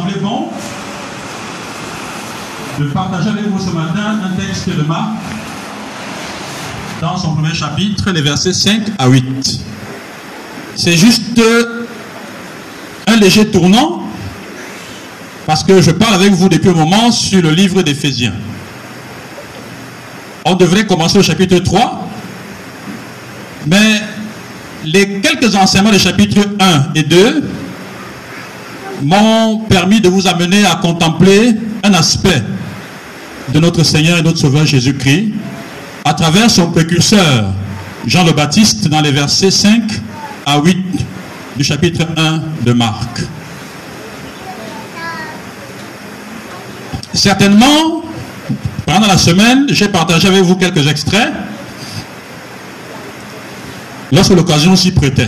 semblé bon de partager avec vous ce matin un texte de Marc dans son premier chapitre, les versets 5 à 8. C'est juste un léger tournant parce que je parle avec vous depuis un moment sur le livre d'Éphésiens. On devrait commencer au chapitre 3, mais les quelques enseignements des chapitres 1 et 2 m'ont permis de vous amener à contempler un aspect de notre Seigneur et notre Sauveur Jésus-Christ à travers son précurseur Jean le Baptiste dans les versets 5 à 8 du chapitre 1 de Marc. Certainement, pendant la semaine, j'ai partagé avec vous quelques extraits lorsque l'occasion s'y prêtait.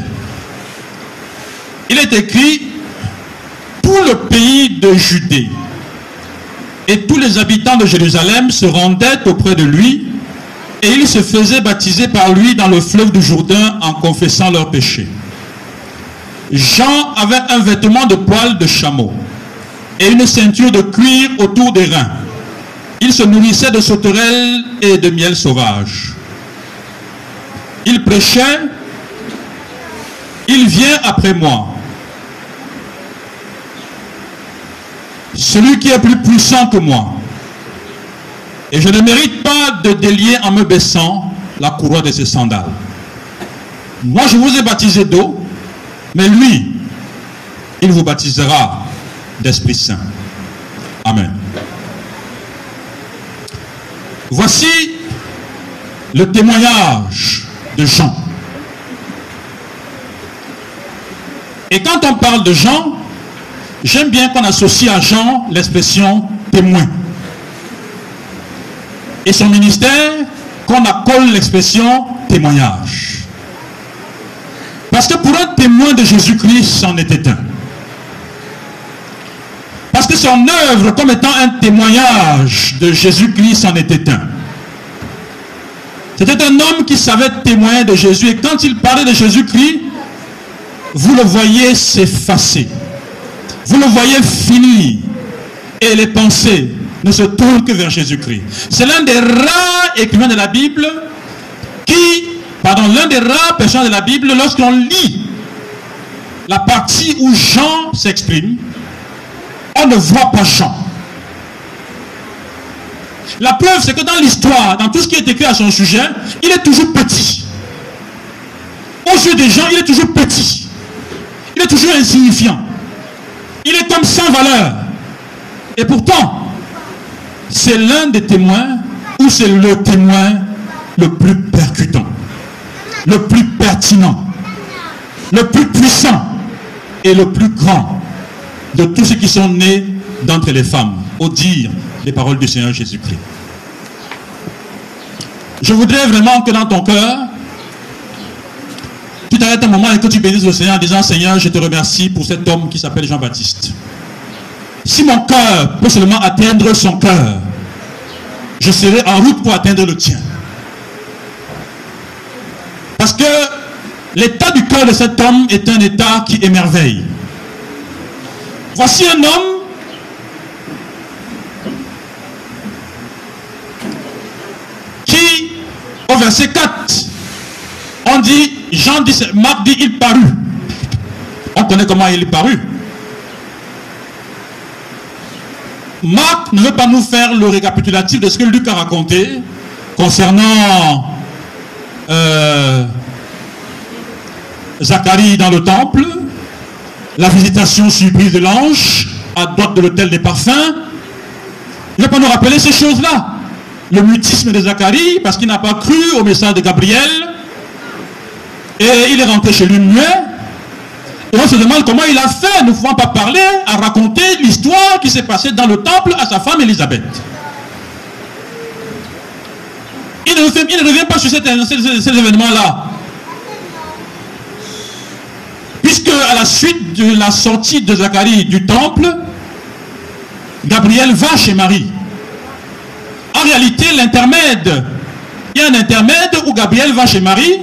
Il est écrit: tout le pays de Judée et tous les habitants de Jérusalem se rendaient auprès de lui et ils se faisaient baptiser par lui dans le fleuve du Jourdain en confessant leurs péchés. Jean avait un vêtement de poil de chameau et une ceinture de cuir autour des reins. Il se nourrissait de sauterelles et de miel sauvage. Il prêchait: il vient après moi, celui qui est plus puissant que moi, et je ne mérite pas de délier en me baissant la courroie de ses sandales. Moi je vous ai baptisé d'eau, mais lui, il vous baptisera d'Esprit Saint. Amen. Voici le témoignage de Jean. Et quand on parle de Jean, j'aime bien qu'on associe à Jean l'expression témoin. Et son ministère, qu'on accole l'expression témoignage. Parce que pour un témoin de Jésus-Christ, c'en était un. Parce que son œuvre comme étant un témoignage de Jésus-Christ, c'en était un. C'était un homme qui savait témoigner de Jésus. Et quand il parlait de Jésus-Christ, vous le voyez s'effacer. Vous le voyez finir. Et les pensées ne se tournent que vers Jésus-Christ. C'est l'un des rares écrivains de la Bible l'un des rares personnages de la Bible, lorsqu'on lit la partie où Jean s'exprime, on ne voit pas Jean. La preuve, c'est que dans l'histoire, dans tout ce qui est écrit à son sujet, il est toujours petit. Aux yeux des gens, il est toujours petit. Il est toujours insignifiant. Il est comme sans valeur. Et pourtant, c'est l'un des témoins, ou c'est le témoin le plus percutant, le plus pertinent, le plus puissant et le plus grand de tous ceux qui sont nés d'entre les femmes, au dire les paroles du Seigneur Jésus-Christ. Je voudrais vraiment que dans ton cœur, tu t'arrêtes un moment et que tu bénisses le Seigneur en disant: Seigneur, je te remercie pour cet homme qui s'appelle Jean-Baptiste. Si mon cœur peut seulement atteindre son cœur, je serai en route pour atteindre le tien. Parce que l'état du cœur de cet homme est un état qui émerveille. Voici un homme qui, au verset 4, on dit, Marc dit, il parut. On connaît comment il est paru. Marc ne veut pas nous faire le récapitulatif de ce que Luc a raconté concernant Zacharie dans le temple, la visitation surprise de l'ange à droite de l'autel des parfums. Il ne veut pas nous rappeler ces choses-là. Le mutisme de Zacharie, parce qu'il n'a pas cru au message de Gabriel, et il est rentré chez lui muet. Et on se demande comment il a fait, ne pouvant pas parler, à raconter l'histoire qui s'est passée dans le temple à sa femme Élisabeth. Il ne revient pas sur ces événements-là. Puisque à la suite de la sortie de Zacharie du temple, Gabriel va chez Marie. En réalité, il y a un intermède où Gabriel va chez Marie.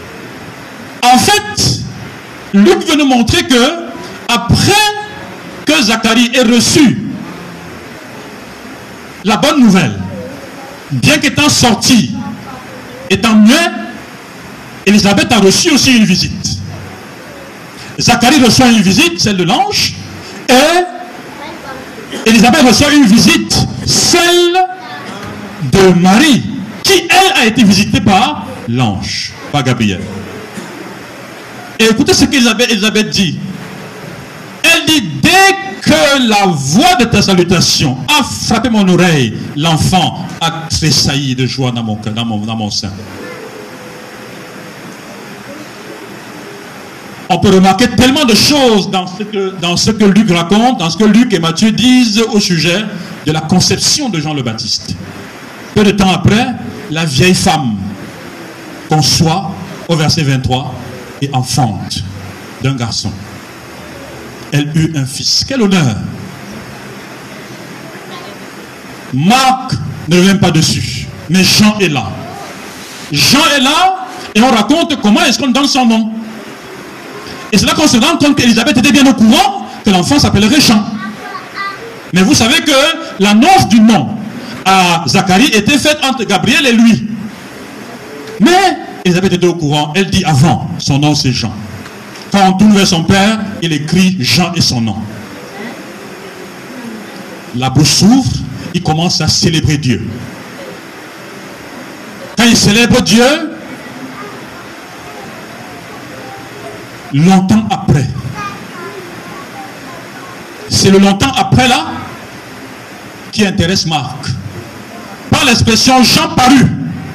En fait, Luc veut nous montrer que, après que que Zacharie ait reçu la bonne nouvelle, bien qu'étant sorti, étant muet, Élisabeth a reçu aussi une visite. Zacharie reçoit une visite, celle de l'ange, et Élisabeth reçoit une visite, celle de Marie, qui elle a été visitée par l'ange, par Gabriel. Et écoutez ce qu'Élisabeth dit. Elle dit, dès que la voix de ta salutation a frappé mon oreille, l'enfant a tressailli de joie dans mon cœur, dans mon sein. On peut remarquer tellement de choses dans ce que Luc raconte, dans ce que Luc et Matthieu disent au sujet de la conception de Jean le Baptiste. Peu de temps après, la vieille femme conçoit, au verset 23, et enfante d'un garçon. Elle eut un fils. Quel honneur! Marc ne revient pas dessus, mais Jean est là. Jean est là et on raconte comment est-ce qu'on donne son nom. Et c'est là qu'on se rend compte qu'Élisabeth était bien au courant que l'enfant s'appellerait Jean. Mais vous savez que l'annonce du nom à Zacharie était faite entre Gabriel et lui. Mais Élisabeth était au courant. Elle dit avant, son nom c'est Jean. Quand on tourne vers son père, il écrit Jean et son nom. La bouche s'ouvre, il commence à célébrer Dieu. Quand il célèbre Dieu, longtemps après, c'est le longtemps après là qui intéresse Marc. Par l'expression Jean parut,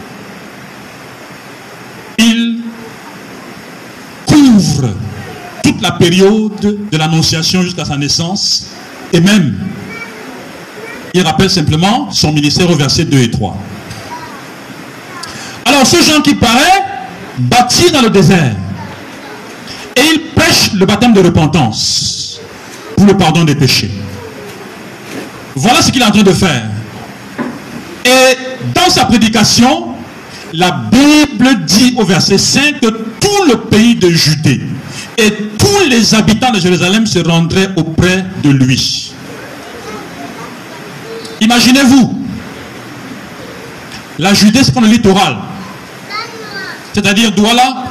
il couvre toute la période de l'annonciation jusqu'à sa naissance, et même il rappelle simplement son ministère au verset 2 et 3. Alors ce Jean qui paraît bâti dans le désert, et il prêche le baptême de repentance pour le pardon des péchés. Voilà ce qu'il est en train de faire. Et dans sa prédication, la Bible dit au verset 5 que tout le pays de Judée et tous les habitants de Jérusalem se rendraient auprès de lui. Imaginez-vous, la Judée c'est comme le littoral, c'est-à-dire Douala,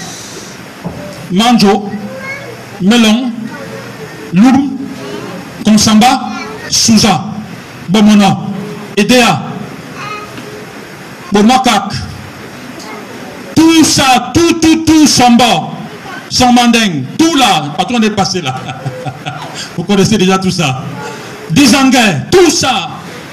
Manjo, Melon, Loum, Konsamba, Souza, Bomona, Edea, Bormakak. Tout ça, tout, Samba, Sambandeng, tout là, patron est passé là. Vous connaissez déjà tout ça. Dizangay, tout ça.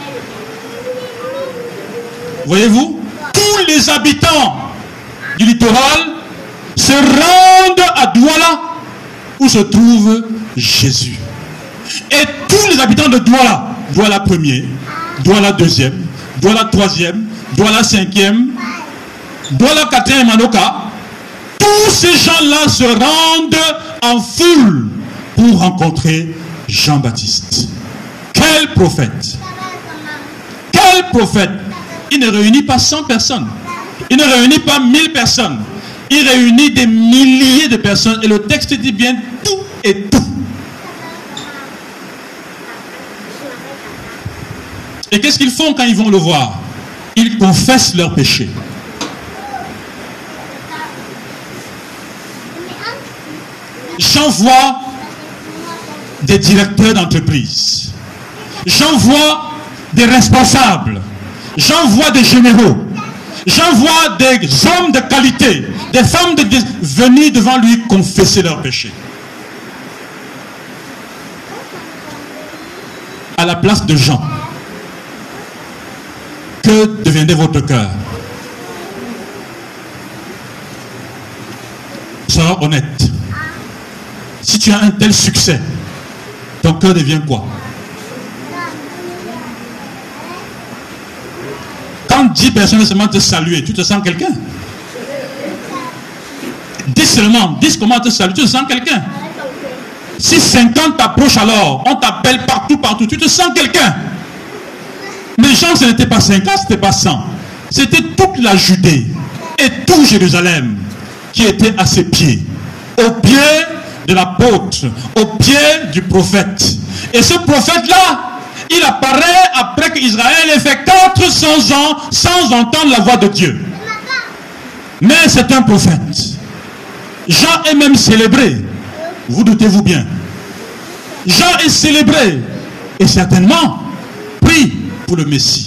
Voyez-vous, tous les habitants du littoral se rendent à Douala où se trouve Jésus. Et tous les habitants de Douala, Douala premier, Douala deuxième, Douala troisième, Douala cinquième, Douala quatrième Manoka, tous ces gens-là se rendent en foule pour rencontrer Jean-Baptiste. Quel prophète! Quel prophète! Il ne réunit pas 100 personnes. Il ne réunit pas 1000 personnes. Il réunit des milliers de personnes. Et le texte dit bien tout et tout. Et qu'est-ce qu'ils font quand ils vont le voir? Ils confessent leurs péchés. J'envoie des directeurs d'entreprise. J'envoie des responsables. J'envoie des généraux. J'envoie des hommes de qualité, des femmes de venir devant lui confesser leurs péchés. À la place de Jean, que deviendrait votre cœur? Sois honnête. Si tu as un tel succès, ton cœur devient quoi? Quand 10 personnes seulement te saluent, tu te sens quelqu'un? 10 seulement, 10 comment te saluent, tu te sens quelqu'un? Si 50 t'approchent alors, on t'appelle partout, tu te sens quelqu'un? Mais Jean, ce n'était pas 50, ce n'était pas 100. C'était toute la Judée et tout Jérusalem qui était à ses pieds, au pied de l'apôtre, au pied du prophète. Et ce prophète-là, il apparaît après qu'Israël ait fait 400 ans sans entendre la voix de Dieu. Mais c'est un prophète. Jean est même célébré. Vous doutez-vous bien. Jean est célébré. Et certainement pris pour le Messie.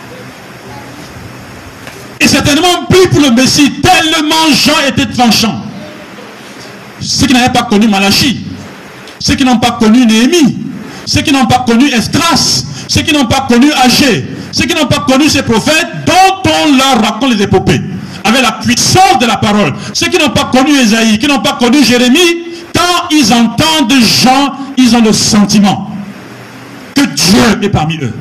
Et certainement pris pour le Messie, tellement Jean était tranchant. Ceux qui n'avaient pas connu Malachie, ceux qui n'ont pas connu Néhémie, ceux qui n'ont pas connu Esdras, ceux qui n'ont pas connu Agé, ceux qui n'ont pas connu ces prophètes dont on leur raconte les épopées, avec la puissance de la parole. Ceux qui n'ont pas connu Ésaïe, qui n'ont pas connu Jérémie, quand ils entendent Jean, ils ont le sentiment que Dieu est parmi eux.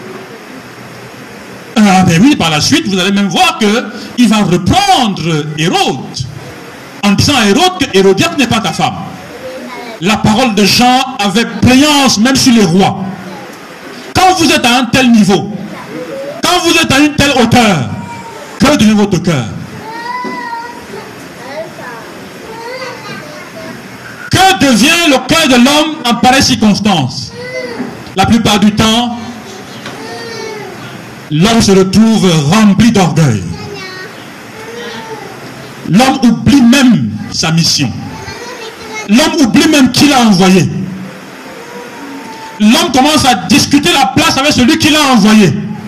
Mais oui, par la suite, vous allez même voir qu'il va reprendre Hérode, en disant à Hérode que Hérodiade n'est pas ta femme. La parole de Jean avait préséance même sur les rois. Quand vous êtes à un tel niveau, quand vous êtes à une telle hauteur, que devient votre cœur? Que devient le cœur de l'homme en pareille circonstance? La plupart du temps, l'homme se retrouve rempli d'orgueil. L'homme oublie même sa mission. L'homme oublie même qui l'a envoyé. L'homme commence à discuter la place avec celui qui l'a envoyé.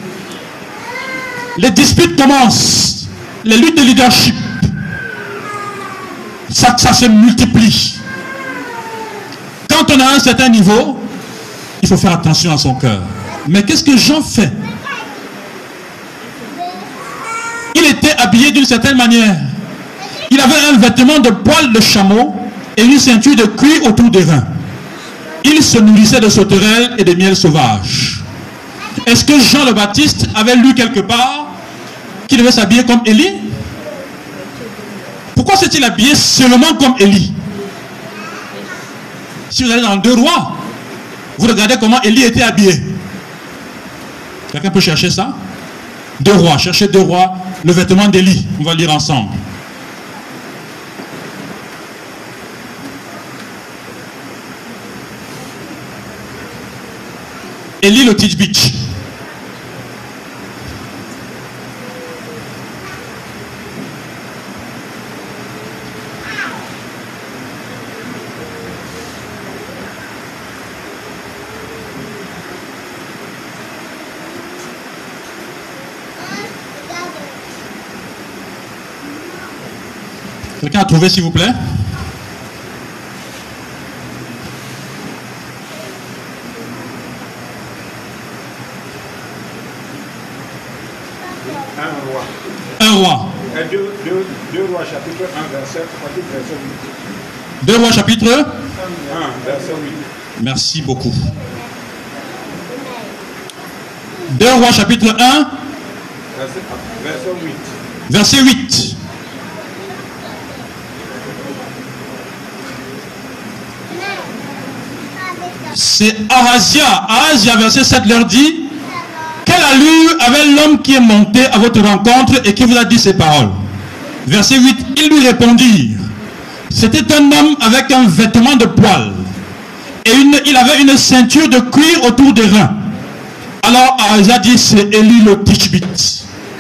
Les disputes commencent. Les luttes de leadership. Ça se multiplie. Quand on a un certain niveau, il faut faire attention à son cœur. Mais qu'est-ce que Jean fait? Il était habillé d'une certaine manière. Il avait un vêtement de poil de chameau et une ceinture de cuir autour des reins. Il se nourrissait de sauterelles et de miel sauvage. Est-ce que Jean le Baptiste avait lu quelque part qu'il devait s'habiller comme Élie? Pourquoi s'est-il habillé seulement comme Élie? Si vous allez dans 2 Rois, vous regardez comment Élie était habillé. Quelqu'un peut chercher ça? 2 Rois, cherchez 2 Rois, le vêtement d'Élie. On va lire ensemble. Élie le Teach Beach. Quelqu'un a trouvé, s'il vous plaît? Un roi. 2 Rois chapitre 1 verset 8. 2 Rois chapitre 1 verset 8. Merci beaucoup. 2 Rois chapitre 1 verset 8. C'est Ahazia verset 7 leur dit: quelle allure avait l'homme qui est monté à votre rencontre et qui vous a dit ces paroles? Verset 8, ils lui répondirent: c'était un homme avec un vêtement de poil et il avait une ceinture de cuir autour des reins. Alors Ahazia dit: c'est Élie le Tishbite.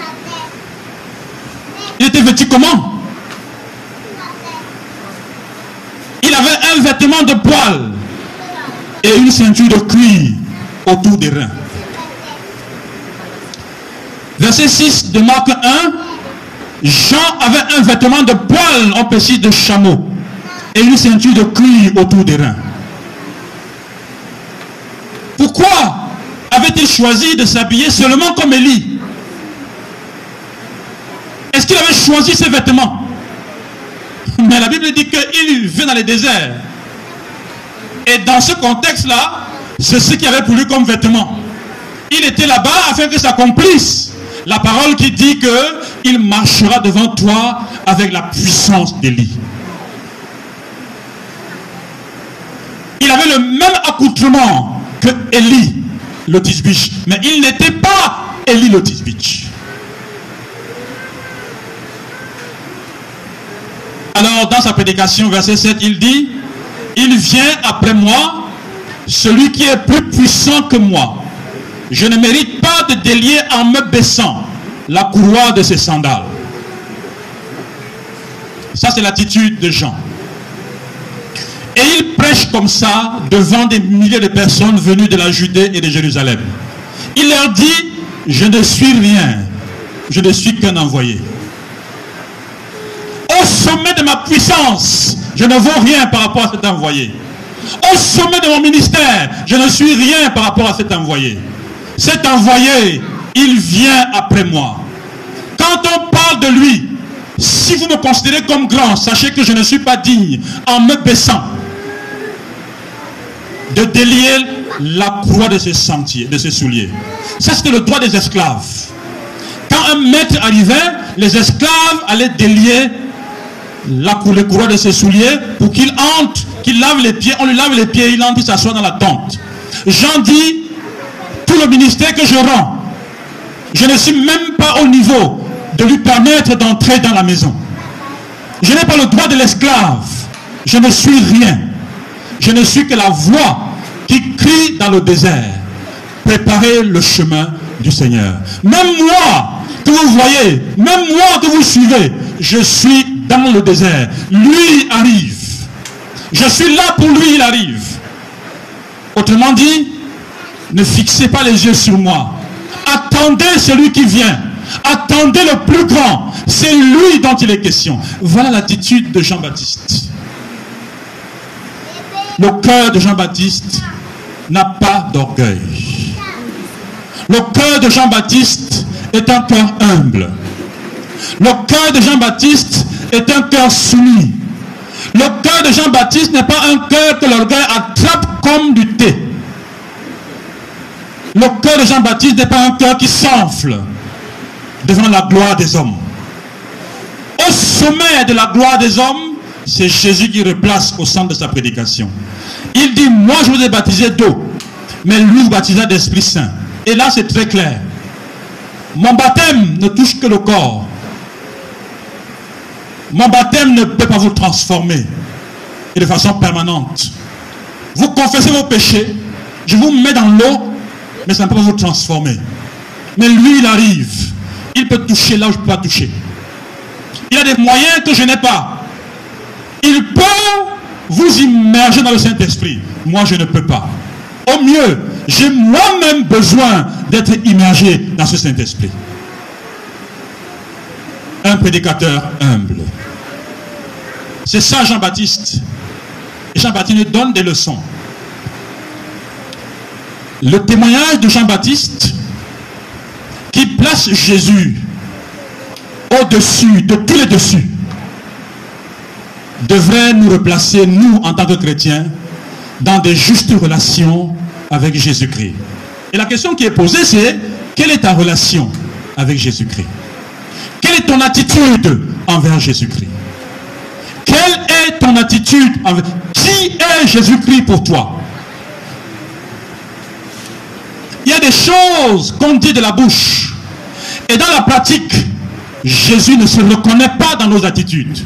Il était vêtu comment? Il avait un vêtement de poil et une ceinture de cuir autour des reins. Verset 6 de Marc 1, Jean avait un vêtement de poil, on précise de chameau, et une ceinture de cuir autour des reins. Pourquoi avait-il choisi de s'habiller seulement comme Élie? Est-ce qu'il avait choisi ses vêtements? Mais la Bible dit qu'il vit dans les déserts. Et dans ce contexte-là, c'est ce qu'il y avait pour lui comme vêtements. Il était là-bas afin que s'accomplisse la parole qui dit qu'il marchera devant toi avec la puissance d'Élie. Il avait le même accoutrement que Élie le Tishbite, mais il n'était pas Élie le Tishbite. Alors dans sa prédication, verset 7, il dit: il vient après moi celui qui est plus puissant que moi. Je ne mérite pas de délier en me baissant la courroie de ses sandales. Ça, c'est l'attitude de Jean. Et il prêche comme ça devant des milliers de personnes venues de la Judée et de Jérusalem. Il leur dit, je ne suis rien, je ne suis qu'un envoyé. Au sommet de ma puissance, je ne vaux rien par rapport à cet envoyé. Au sommet de mon ministère, je ne suis rien par rapport à cet envoyé. Cet envoyé, il vient après moi. Quand on parle de lui, si vous me considérez comme grand, sachez que je ne suis pas digne, en me baissant, de délier la courroie de ses sentiers, de ses souliers. Ça, c'était le droit des esclaves. Quand un maître arrivait, les esclaves allaient délier les courroies de ses souliers pour qu'il entre, qu'il lave les pieds. On lui lave les pieds, il entre, il s'assoit dans la tente. Jean dit, tout le ministère que je rends, je ne suis même pas au niveau de lui permettre d'entrer dans la maison. Je n'ai pas le droit de l'esclave. Je ne suis rien. Je ne suis que la voix qui crie dans le désert. Préparez le chemin du Seigneur. Même moi que vous voyez, même moi que vous suivez, je suis dans le désert. Lui arrive. Je suis là pour lui, il arrive. Autrement dit, ne fixez pas les yeux sur moi. Attendez celui qui vient. Attendez le plus grand. C'est lui dont il est question. Voilà l'attitude de Jean-Baptiste. Le cœur de Jean-Baptiste n'a pas d'orgueil. Le cœur de Jean-Baptiste est un cœur humble. Le cœur de Jean-Baptiste est un cœur soumis. Le cœur de Jean-Baptiste n'est pas un cœur que l'orgueil attrape comme du thé. Le cœur de Jean-Baptiste n'est pas un cœur qui s'enfle devant la gloire des hommes. Au sommet de la gloire des hommes, c'est Jésus qui replace au centre de sa prédication. Il dit, moi je vous ai baptisé d'eau, mais lui vous baptisera d'Esprit Saint. Et là c'est très clair. Mon baptême ne touche que le corps. Mon baptême ne peut pas vous transformer et de façon permanente. Vous confessez vos péchés, je vous mets dans l'eau, mais ça ne peut pas vous transformer. Mais lui il arrive, il peut toucher là où je ne peux pas toucher. Il a des moyens que je n'ai pas. Il peut vous immerger dans le Saint-Esprit. Moi, je ne peux pas. Au mieux, j'ai moi-même besoin d'être immergé dans ce Saint-Esprit. Un prédicateur humble. C'est ça Jean-Baptiste. Et Jean-Baptiste nous donne des leçons. Le témoignage de Jean-Baptiste qui place Jésus au-dessus de tous les dessus devrait nous replacer, nous, en tant que chrétiens, dans des justes relations avec Jésus-Christ. Et la question qui est posée, c'est, quelle est ta relation avec Jésus-Christ? Quelle est ton attitude envers Jésus-Christ? Quelle est ton attitude envers... Qui est Jésus-Christ pour toi? Il y a des choses qu'on dit de la bouche. Et dans la pratique, Jésus ne se reconnaît pas dans nos attitudes.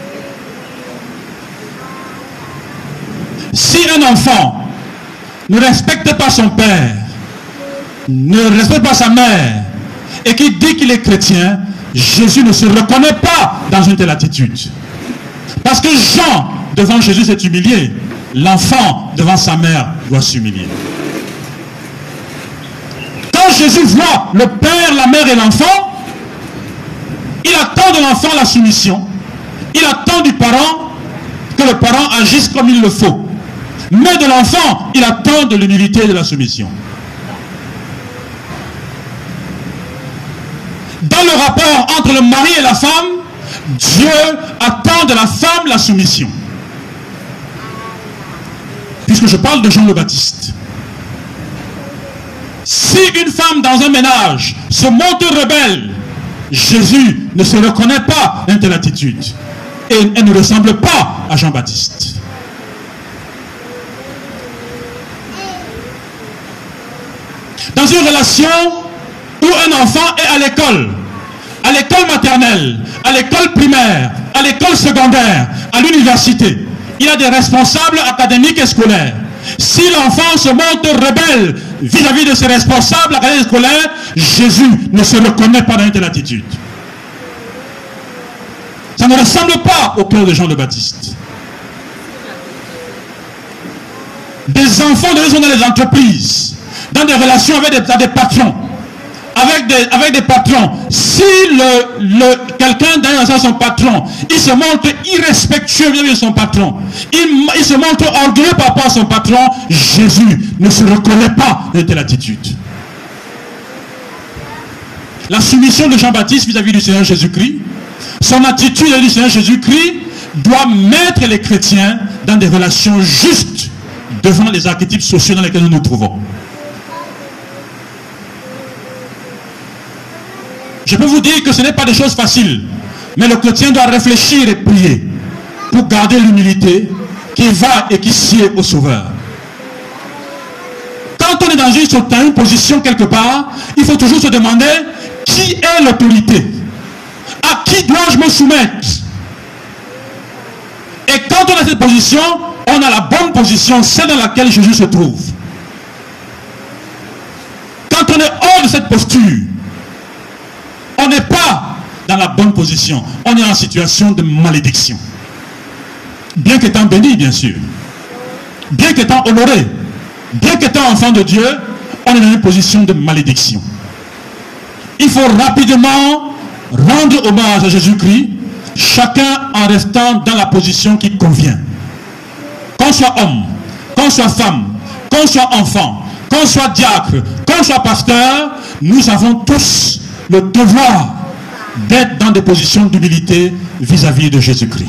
Si un enfant ne respecte pas son père, ne respecte pas sa mère, et qui dit qu'il est chrétien, Jésus ne se reconnaît pas dans une telle attitude. Parce que Jean, devant Jésus, s'est humilié. L'enfant, devant sa mère, doit s'humilier. Quand Jésus voit le père, la mère et l'enfant, il attend de l'enfant la soumission. Il attend du parent que le parent agisse comme il le faut. Mais de l'enfant, il attend de l'humilité et de la soumission. Dans le rapport entre le mari et la femme, Dieu attend de la femme la soumission. Puisque je parle de Jean le Baptiste. Si une femme dans un ménage se montre rebelle, Jésus ne se reconnaît pas dans telle attitude. Et elle ne ressemble pas à Jean-Baptiste. Dans une relation où un enfant est à l'école maternelle, à l'école primaire, à l'école secondaire, à l'université, il y a des responsables académiques et scolaires. Si l'enfant se montre rebelle vis-à-vis de ses responsables, la carrière scolaire, Jésus ne se reconnaît pas dans une telle attitude. Ça ne ressemble pas au cœur de Jean le Baptiste. Des enfants de sont dans les entreprises, dans des relations avec des patrons, avec des patrons. Si quelqu'un dans son patron, il se montre irrespectueux vis-à-vis de son patron, il se montre orgueilleux par rapport à son patron, Jésus ne se reconnaît pas de telle attitude. La soumission de Jean-Baptiste vis-à-vis du Seigneur Jésus-Christ, son attitude vis-à-vis du Seigneur Jésus-Christ doit mettre les chrétiens dans des relations justes devant les archétypes sociaux dans lesquels nous nous trouvons. Je peux vous dire que ce n'est pas des choses faciles, mais le chrétien doit réfléchir et prier pour garder l'humilité qui va et qui sied au Sauveur. Quand on est dans une position quelque part, il faut toujours se demander qui est l'autorité, à qui dois-je me soumettre. Et quand on a cette position, on a la bonne position, celle dans laquelle Jésus se trouve. Quand on est hors de cette posture, on n'est pas dans la bonne position. On est en situation de malédiction. Bien qu'étant béni, bien sûr. Bien qu'étant honoré. Bien qu'étant enfant de Dieu, on est dans une position de malédiction. Il faut rapidement rendre hommage à Jésus-Christ, chacun en restant dans la position qui convient. Qu'on soit homme, qu'on soit femme, qu'on soit enfant, qu'on soit diacre, qu'on soit pasteur, nous avons tous le devoir d'être dans des positions d'humilité vis-à-vis de Jésus-Christ.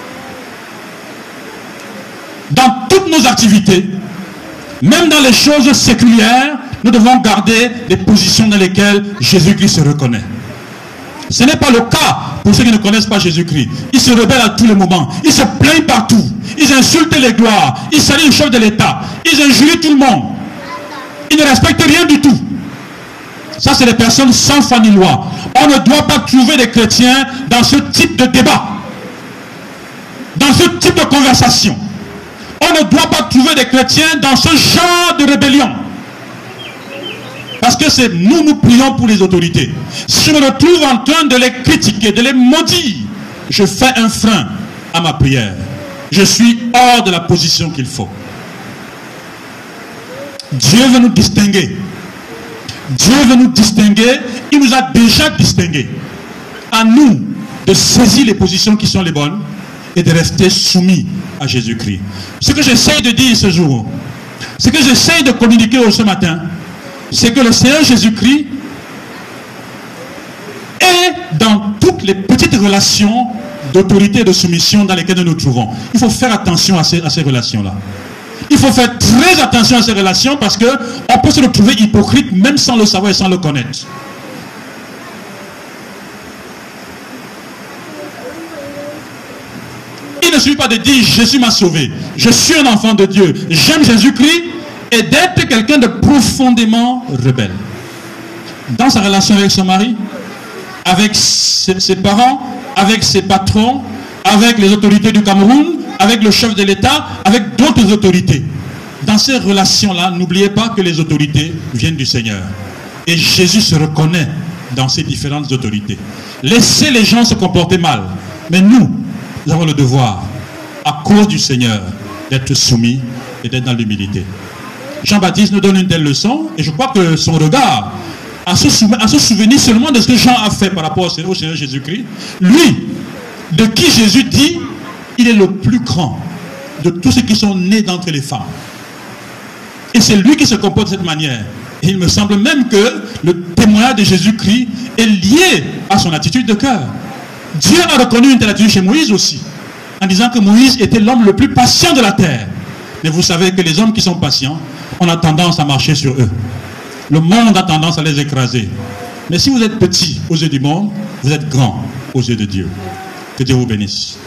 Dans toutes nos activités, même dans les choses séculières, nous devons garder des positions dans lesquelles Jésus-Christ se reconnaît. Ce n'est pas le cas pour ceux qui ne connaissent pas Jésus-Christ. Ils se rebellent à tous les moments. Ils se plaignent partout. Ils insultent les gloires. Ils salient le chef de l'État. Ils injurient tout le monde. Ils ne respectent rien du tout. Ça, c'est des personnes sans foi ni loi. On ne doit pas trouver des chrétiens dans ce type de débat, dans ce type de conversation. On ne doit pas trouver des chrétiens dans ce genre de rébellion. Parce que c'est nous prions pour les autorités. Si je me retrouve en train de les critiquer, de les maudire, je fais un frein à ma prière. Je suis hors de la position qu'il faut. Dieu veut nous distinguer. Dieu veut nous distinguer. Il nous a déjà distingués. À nous de saisir les positions qui sont les bonnes et de rester soumis à Jésus-Christ. Ce que j'essaye de dire ce jour, ce que j'essaye de communiquer ce matin, c'est que le Seigneur Jésus-Christ est dans toutes les petites relations d'autorité et de soumission dans lesquelles nous nous trouvons. Il faut faire attention à ces relations-là. Il faut faire très attention à ces relations parce qu'on peut se retrouver hypocrite même sans le savoir et sans le connaître. Il ne suffit pas de dire Jésus m'a sauvé, je suis un enfant de Dieu, j'aime Jésus-Christ, et d'être quelqu'un de profondément rebelle. Dans sa relation avec son mari, avec ses parents, avec ses patrons, avec les autorités du Cameroun, avec le chef de l'État, avec d'autres autorités. Dans ces relations-là, n'oubliez pas que les autorités viennent du Seigneur. Et Jésus se reconnaît dans ces différentes autorités. Laissez les gens se comporter mal. Mais nous avons le devoir, à cause du Seigneur, d'être soumis et d'être dans l'humilité. Jean-Baptiste nous donne une telle leçon, et je crois que son regard, à se souvenir seulement de ce que Jean a fait par rapport au Seigneur Jésus-Christ, lui, de qui Jésus dit, il est le plus grand de tous ceux qui sont nés d'entre les femmes. Et c'est lui qui se comporte de cette manière. Et il me semble même que le témoignage de Jésus-Christ est lié à son attitude de cœur. Dieu a reconnu une telle attitude chez Moïse aussi, en disant que Moïse était l'homme le plus patient de la terre. Mais vous savez que les hommes qui sont patients, on a tendance à marcher sur eux. Le monde a tendance à les écraser. Mais si vous êtes petit aux yeux du monde, vous êtes grand aux yeux de Dieu. Que Dieu vous bénisse.